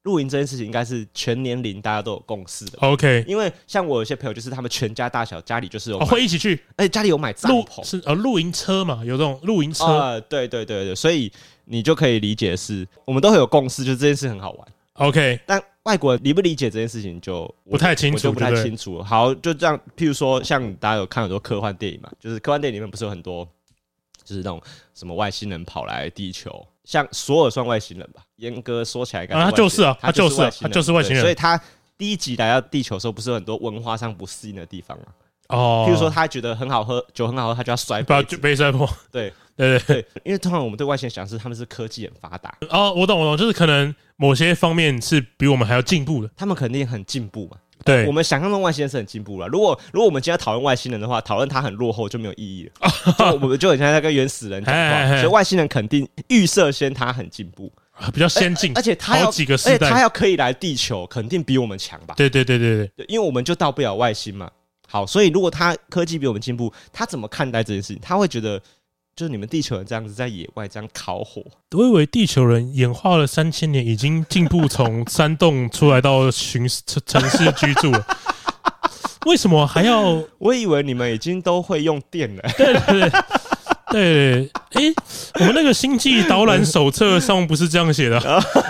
露营这件事情应该是全年龄大家都有共识的。 OK， 因为像我有些朋友，就是他们全家大小家里就是有会一起去， 而且家里有买帐篷， 是露营车嘛，有这种露营车。 对，所以你就可以理解是，我们都会有共识，就是这件事很好玩。 OK， 但外国人理不理解这件事情就不太清楚， 我就不太清楚。好，就这样，譬如说，像大家有看很多科幻电影嘛，就是科幻电影里面不是有很多，就是那种什么外星人跑来地球，像索尔算外星人吧？严格说起来， 他就是啊，他就是外星人。 所以他第一集来到地球的时候，不是有很多文化上不适应的地方吗？ 哦， 譬如说他觉得很好喝，酒很好喝，他就要摔杯子， 杯摔破。 对，因为通常我们对外星人想的是他们是科技很发达。 哦，我懂，就是可能某些方面是比我们还要进步的， 他们肯定很进步嘛。 对， 我们想象中外星人是很进步了。如果我们今天讨论外星人的话，讨论他很落后就没有意义了。就我们就很像在跟原始人讲话，所以外星人肯定预设先他很进步， 比较先进， 而且他好几个世代， 他要可以来地球，肯定比我们强吧？ 对， 因为我们就到不了外星嘛。好，所以如果他科技比我们进步，他怎么看待这件事情？他会觉得，就是你们地球人这样子在野外这样烤火， 我以为地球人演化了3000年，已经进步从山洞出来到城市居住了。为什么还要？ 我以为你们已经都会用电了。 对，我们那个星际导览手册上不是这样写的。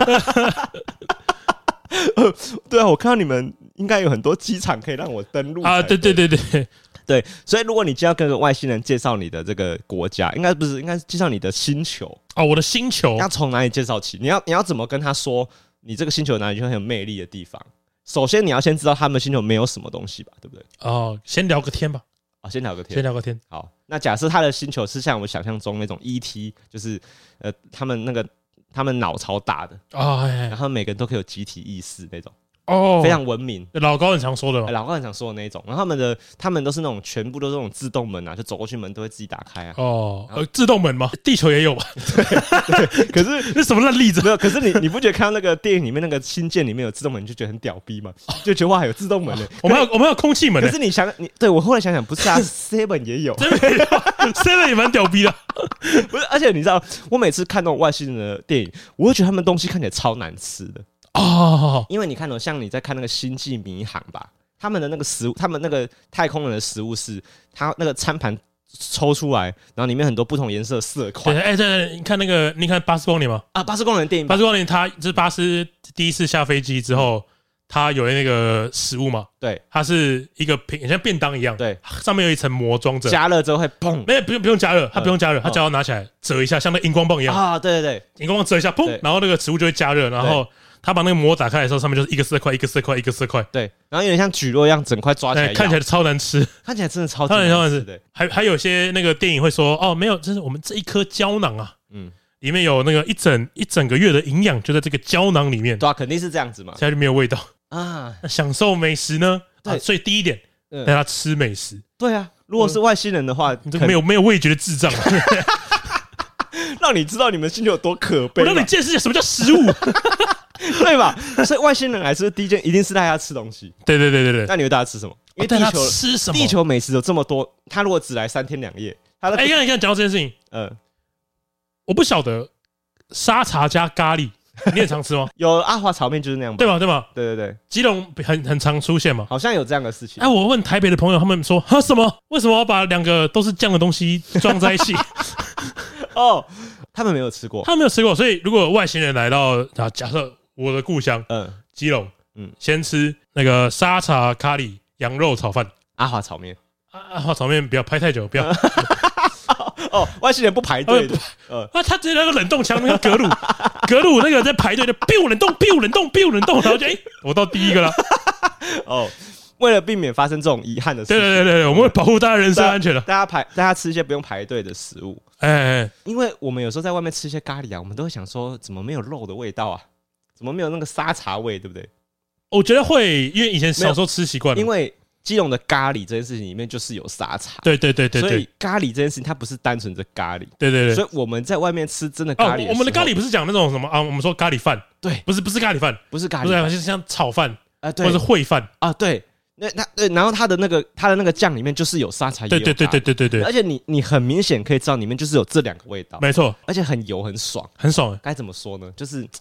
对啊，我看到你们应该有很多机场可以让我登陆啊！对， 所以如果你今天要跟个外星人介绍你的这个国家，应该是介绍你的星球哦，我的星球要从哪里介绍起？你要怎么跟他说你这个星球哪里就很有魅力的地方？首先你要先知道他们星球没有什么东西吧，对不对？ 哦，先聊个天吧。 先聊个天。好，那假设他的星球是像我想象中那种 ET， 就是他们脑超大的然后每个人都可以有集体意识那种。非常文明， 老高很常说的嘛， 老高很常说的那种。然后他们都是那种全部都是那种自动门啊，就走过去门都会自己打开啊。 自动门吗？地球也有吧？ 对，可是那什么烂例子？ 没有。可是你不觉得看到那个电影里面那个星舰里面有自动门，你就觉得很屌逼吗？就觉得哇，有自动门了。 我们有空气门。 可是对我后来想不是啊，7也有 ，7也蛮屌逼的。 不是，而且你知道，我每次看那种外星人的电影，我会觉得他们东西看起来超难吃的。因为你看像你在看那个《星际迷航》吧，他们的那个食物，他们那个太空人的食物是，他那个餐盘抽出来，然后里面很多不同颜色的色块。 对，你看巴斯光年吗？ 巴斯光年电影， 巴斯光年他就是巴斯第一次下飞机之后，他有那个食物嘛？ 对，它是一个像便当一样， 对， 上面有一层膜装着， 加热之后会砰， 不用加热，它不用加热，它只要拿起来折一下，像那荧光棒一样啊，对， 荧光棒折一下，砰，然后那个食物就会加热，然后他把那个膜打开的时候，上面就是一个色块，一个色块，一个色块， 对，然后有点像蒟蒻一样，整块抓起来， 看起来超难吃， 看起来真的超难吃的。 还有些那个电影会说，没有，这是我们这一颗胶囊啊，里面有那个一整个月的营养就在这个胶囊里面， 对啊，肯定是这样子嘛， 现在就没有味道啊。 那享受美食呢？对，所以第一点，带他吃美食。 对啊，如果是外星人的话， 你这个没有味觉的智障。 让你知道你们星球有多可悲， 我让你见识一下什么叫食物， 对吧？所以外星人来说，第一件一定是带他吃东西。 对。 那你会带他吃什么？因为地球吃什么？ 地球美食有这么多，他如果只来3天2夜， 你看，讲到这件事情，我不晓得沙茶加咖喱，你也常吃吗？ 有阿华炒面就是那样， 对吧？ 对， 基隆很常出现嘛， 好像有这样的事情。 我问台北的朋友，他们说什么？为什么要把2个都是酱的东西装在一起？ 他们没有吃过， 所以如果外星人来到，假设我的故乡，基隆，先吃那个沙茶咖喱羊肉炒饭， 阿华炒面， 阿华炒面不要拍太久，不要。 外星人不排队的， 他直接那个冷冻枪，那个格鲁那个在排队的，biu冷冻，然后就我到第一个了。 为了避免发生这种遗憾的事情， 对，我们会保护大家人身安全的。 大家吃一些不用排队的食物，因为我们有时候在外面吃一些咖喱啊，我们都会想说，怎么没有肉的味道啊？怎么没有那个沙茶味，对不对？ 我觉得会，因为以前小时候吃习惯了。 因为基隆的咖喱这件事情里面就是有沙茶， 对， 所以咖喱这件事情它不是单纯的咖喱， 对， 所以我们在外面吃真的咖喱， 我们的咖喱不是讲那种什么我们说咖喱饭， 对， 不是咖喱饭， 不是咖喱饭， 就是像炒饭对， 或者是烩饭啊，对。对，然后它的那个酱里面就是有沙茶， 对， 而且你很明显可以知道里面就是有这2个味道， 没错， 而且很油很爽， 很爽。 该怎么说呢？就是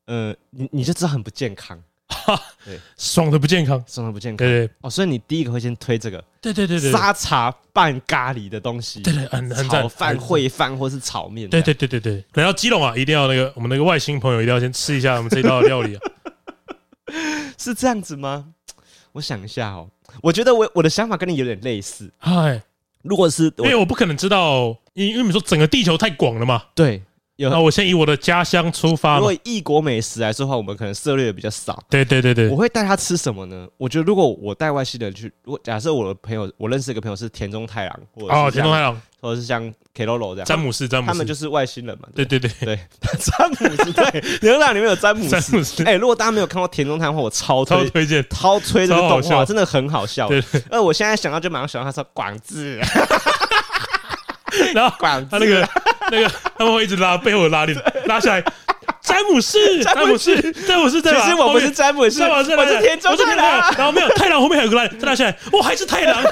你就知道很不健康。 对，爽的不健康， 爽的不健康。 对哦，所以你第一个会先推这个， 对， 沙茶拌咖喱的东西， 对，很赞， 炒饭、烩饭或是炒面。 对，来到基隆啊，一定要我们那个外星朋友一定要先吃一下我们这一道料理啊。 是这样子吗？我想一下哦，我觉得我的想法跟你有点类似。 嗨， 如果是因为我不可能知道，因为你说整个地球太广了嘛。 对。 那我先以我的家乡出发。 如果异国美食来说的话，我们可能涉猎的比较少。 对， 我会带他吃什么呢？我觉得如果我带外星人去，如果假设我的朋友，我认识一个朋友是田中太郎，或者是田中太郎， 或者是像 Keroro 这样， 詹姆斯， 他们就是外星人嘛。 对， 詹姆斯对，田中太郎里面有詹姆斯。如果大家没有看过田中太郎的话，我超推荐，超推这个动画，真的很好笑。对，我现在想到就马上想到他说广志。 然后他那个他们会一直背后拉链拉下来，詹姆斯， 其实我不是詹姆斯，我是田中太郎。 然后没有太郎后面还有个拉链，再拉下来，我还是太郎。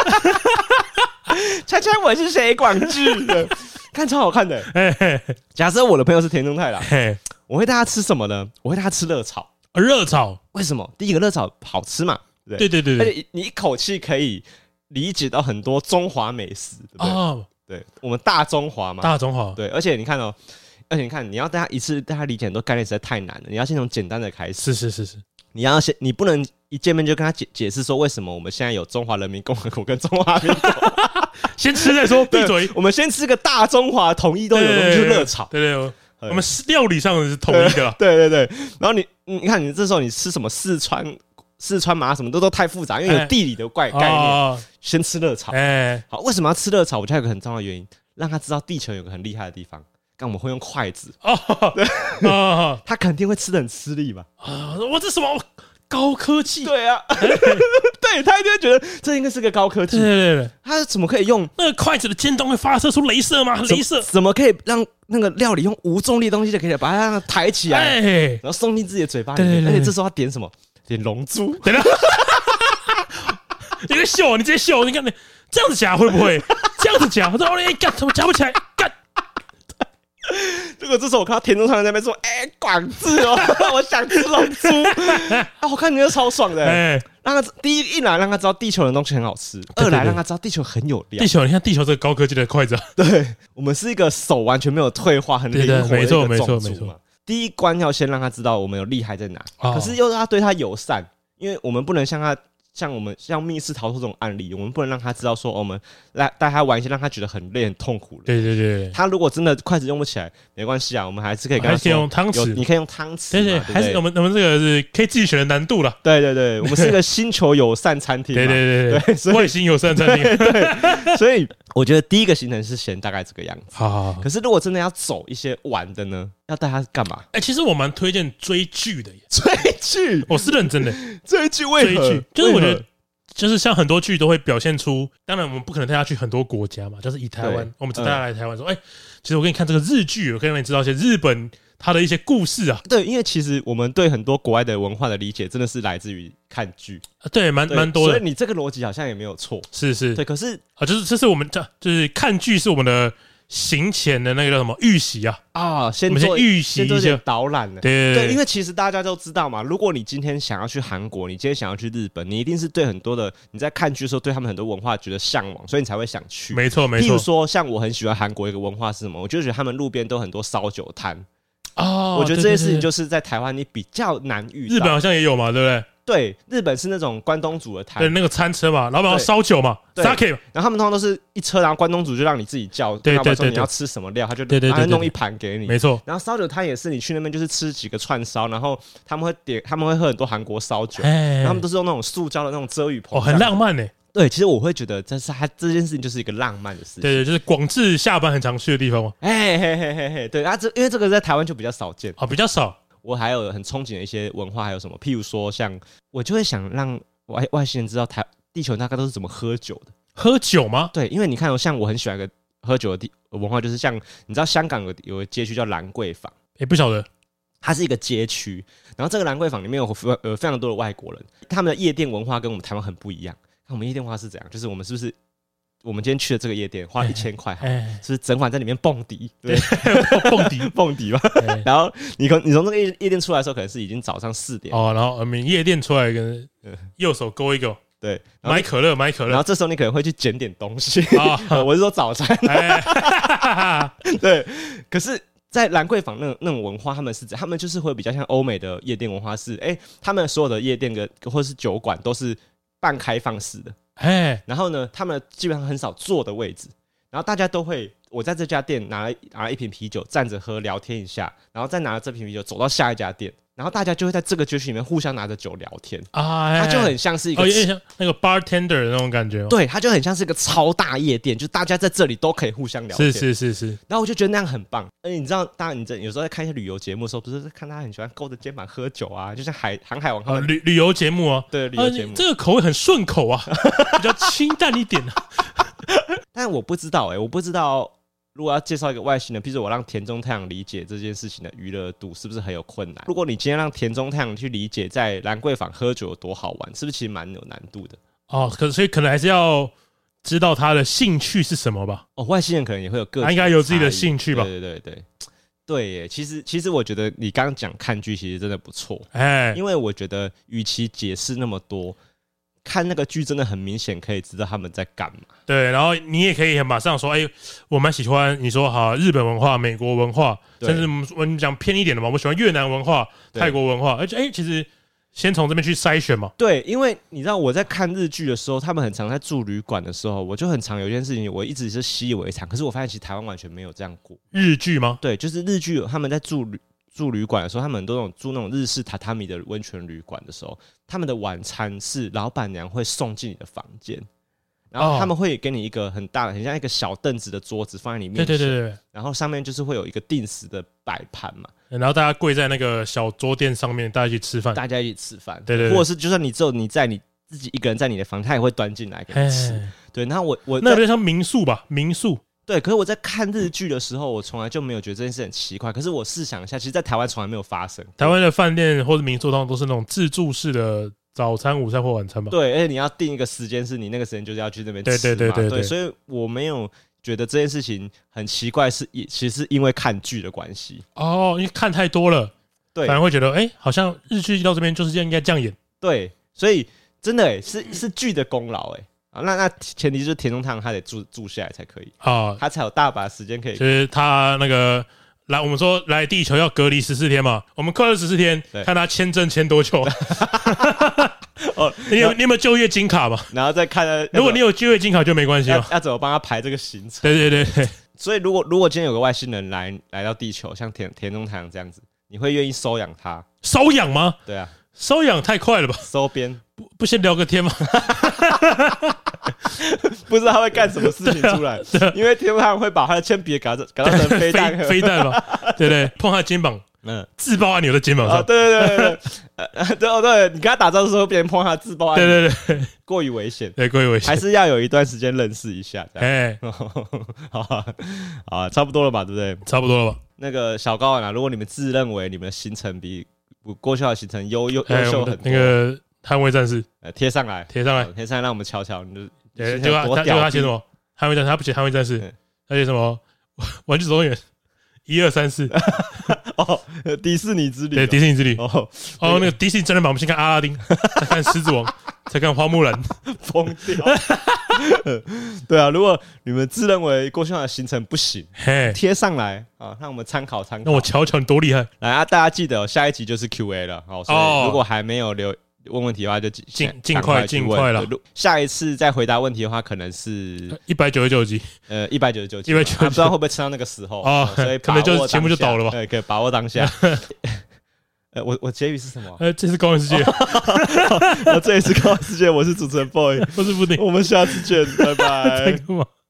猜猜我是谁？广志的，看超好看的。假设我的朋友是田中太郎，我会带他吃什么呢？我会带他吃热炒。 热炒为什么？第一个热炒好吃嘛， 对， 而且你一口气可以理解到很多中华美食，对不对？哦。对，我们大中华嘛， 大中华。 对，而且你看，你要带他一次带他理解很多概念实在太难了。你要先从简单的开始。 是。 你不能一见面就跟他解释说为什么我们现在有中华人民共和国跟中华民国。 先吃再说，闭嘴。 我们先吃个大中华统一都有东西，就是热炒。 对，我们料理上是统一的。 对。然后你看，你这时候你吃什么四川麻什么都太复杂，因为有地理的概念。先吃热炒。好，为什么要吃热炒？我觉得有个很重要的原因，让他知道地球有个很厉害的地方。刚我们会用筷子。他肯定会吃得很吃力吧？ 我这什么高科技？ 对啊，对他一定会觉得这应该是个高科技。 对， 他怎么可以用那个筷子的尖端会发射出雷射吗？雷射怎么可以让那个料理用无重力的东西就可以把它抬起来，然后送进自己的嘴巴里面？而且这时候他点什么？点龙珠。等等。 你在秀，你直接秀，你看你这样子夹会不会？这样子夹，我说干，怎么夹不起来？干！ 结果这时候我看到田中太郎在那边说：“广志哦，我想吃龙珠。”我看你就超爽的。让他第一来让他知道地球的东西很好吃，二来让他知道地球很有料。 你看地球这个高科技的筷子。 对，我们是一个手完全没有退化、很灵活的一个种族嘛。第一关要先让他知道我们有厉害在哪，可是又让他对他友善，因为我们不能像密室逃脱这种案例，我们不能让他知道说我们来带他玩一些让他觉得很累很痛苦的。 对， 他如果真的筷子用不起来，没关系啊，我们还是可以跟他说用汤匙， 你可以用汤匙。 对，还是我们这个是可以自己选的难度了。 对，我们是一个星球友善餐厅。 对，外星友善餐厅。 对，所以我觉得第一个行程是先大概这个样子。 好。 可是如果真的要走一些玩的呢，要带他干嘛？ 其实我蛮推荐追剧的耶。 追剧， 我是认真的。 追剧为何？ 就是我觉得，就是像很多剧都会表现出，当然我们不可能带他去很多国家嘛，就是以台湾，我们只带他来台湾说，其实我给你看这个日剧，我可以让你知道一些日本它的一些故事啊。 对，因为其实我们对很多国外的文化的理解，真的是来自于看剧。 对，蛮多的。 所以你这个逻辑好像也没有错。 是。 对，可是就是这是我们就是看剧是我们的行前的那个叫什么预习啊？ 我们先预习一些导览的。对，因为其实大家都知道嘛，如果你今天想要去韩国，你今天想要去日本，你一定是对很多的你在看剧的时候对他们很多文化觉得向往，所以你才会想去。 没错。 譬如说，像我很喜欢韩国一个文化是什么？我就觉得他们路边都很多烧酒摊。我觉得这些事情就是在台湾你比较难遇到。 日本好像也有嘛，对不对？ 对，日本是那种关东煮的摊， 对，那个餐车嘛，老板要烧酒嘛 ，sake， 然后他们通常都是一车，然后关东煮就让你自己叫，对，说你要吃什么料，他就弄一盘给你， 没错。 然后烧酒摊也是，你去那边就是吃几个串烧，然后他们会喝很多韩国烧酒，然后他们都是用那种塑胶的那种遮雨棚， 很浪漫呢。 对，其实我会觉得这件事情就是一个浪漫的事情。 对，就是广志下班很常去的地方嘛。 对啊，因为这个在台湾就比较少见， 比较少。 我还有很憧憬的一些文化，还有什么？譬如说，像我就会想让外星人知道地球大概都是怎么喝酒的。喝酒吗？对，因为你看，像我很喜欢一个喝酒的文化，就是像你知道香港有个街区叫兰桂坊， 不晓得， 它是一个街区，然后这个兰桂坊里面有非常多的外国人，他们的夜店文化跟我们台湾很不一样。看我们夜店文化是怎样，就是我们是不是我们今天去的这个夜店花1000块，是整晚在里面蹦迪，对，蹦迪嘛。然后你从这个夜店出来的时候，可能是已经早上4点哦，然后我们夜店出来跟右手勾一勾， 对， 买可乐， 然后这时候你可能会去捡点东西，我是说早餐，对，可是。在兰桂坊那种文化，他们就是会比较像欧美的夜店文化是，他们所有的夜店或是酒馆都是半开放式的，然后呢，他们基本上很少坐的位置，然后大家都会，我在这家店拿了一瓶啤酒，站着喝聊天一下，然后再拿了这瓶啤酒走到下一家店。然后大家就会在这个街区里面互相拿着酒聊天它就很像是一个有点像那个 bartender 的那种感觉对，它就很像是一个超大夜店，就大家在这里都可以互相聊天。 是。 然后我就觉得那样很棒。而且你知道，当然你有时候在看一些旅游节目的时候，不是看他很喜欢勾着肩膀喝酒啊，就像航海王他们旅游节目啊， 对旅游节目， 这个口味很顺口啊，比较清淡一点啊。 但我不知道我不知道。如果要介绍一个外星人，譬如我让田中太阳理解这件事情的娱乐度是不是很有困难？如果你今天让田中太阳去理解在兰桂坊喝酒有多好玩，是不是其实蛮有难度的？ 所以可能还是要知道他的兴趣是什么吧？ 外星人可能也会有他应该有自己的兴趣吧？ 对耶，其实我觉得你刚刚讲看剧其实真的不错，因为我觉得与其解释那么多。看那个剧真的很明显可以知道他们在干嘛。 对，然后你也可以马上说，我蛮喜欢你说好日本文化、美国文化，甚至我们讲偏一点的嘛，我喜欢越南文化、泰国文化，而且其实先从这边去筛选嘛。 对，因为你知道我在看日剧的时候，他们很常在住旅馆的时候，我就很常有一件事情，我一直是习以为常，可是我发现其实台湾完全没有这样过。 日剧吗？ 对，就是日剧他们在住旅馆的时候，他们很多住那种日式榻榻米的温泉旅馆的时候，他们的晚餐是老板娘会送进你的房间，然后他们会给你一个很大的、很像一个小凳子的桌子放在你面前，对，然后上面就是会有一个定时的摆盘嘛， 然后大家跪在那个小桌垫上面，大家一起吃饭， 对，或者是就算你只有你在你自己一个人在你的房间，他也会端进来给你吃，对，然后我那有点像民宿吧，民宿。 对，可是我在看日剧的时候，我从来就没有觉得这件事很奇怪。可是我试想一下，其实，在台湾从来没有发生。 台湾的饭店或者民宿通常都是那种自助式的早餐、午餐或晚餐吧？ 对，而且你要定一个时间，是你那个时间就是要去那边吃嘛。对，所以我没有觉得这件事情很奇怪，其实是因为看剧的关系。 因为看太多了， 对， 反而会觉得好像日剧到这边就是应该这样演。 对，所以真的是剧的功劳那前提就是田中太阳他得住下来才可以他才有大把时间可以。 就是他那个我们说来地球要隔离14天嘛，我们快乐14天，看他签证签多久。你有没有就业金卡嘛？ 然后再看如果你有就业金卡就没关系要怎么帮他排这个行程？ 对。 所以如果今天有个外星人来到地球，像田中太阳这样子，你会愿意收养他？ 收养吗？ 对啊。 收养太快了吧？ 收编不先聊个天吗？ 不知道他会干什么事情出来，因为田中太阳会把他的铅笔搞成飞弹嘛，对，碰他的肩膀，自爆按钮在肩膀上， 对，你跟他打招呼的时候，别人碰他的自爆按钮， 对， 过于危险， 对，过于危险， 还是要有一段时间认识一下，好，差不多了吧，对不对？ 差不多了吧。 那个小高啊，如果你们自认为你们的行程比郭笑的行程优秀很多， 那个捍卫战士贴上来，让我们瞧瞧，你就结果他写什么？捍卫战士，他不写捍卫战士，他写什么？玩具总动员1、2、3、4。 迪士尼之旅， 对，迪士尼之旅。那个迪士尼真人版，我们先看阿拉丁，再看狮子王，再看花木兰， 疯掉。对啊，如果你们自认为郭笑的行程不行，贴上来让我们参考。 那我瞧瞧你多厉害。 来大家记得下一集就是 Q&A 了，所以如果还没有问问题的话，就尽快了。 下一次再回答问题的话，可能是 199集 ，199集，不知道会不会撑到那个时候所以可能就节目就倒了吧。 对，可以把握当下。我结语是什么？ 这是高玩世界。 这也是高玩世界，我是主持人 boy， 我是布丁， 我们下次见，拜拜。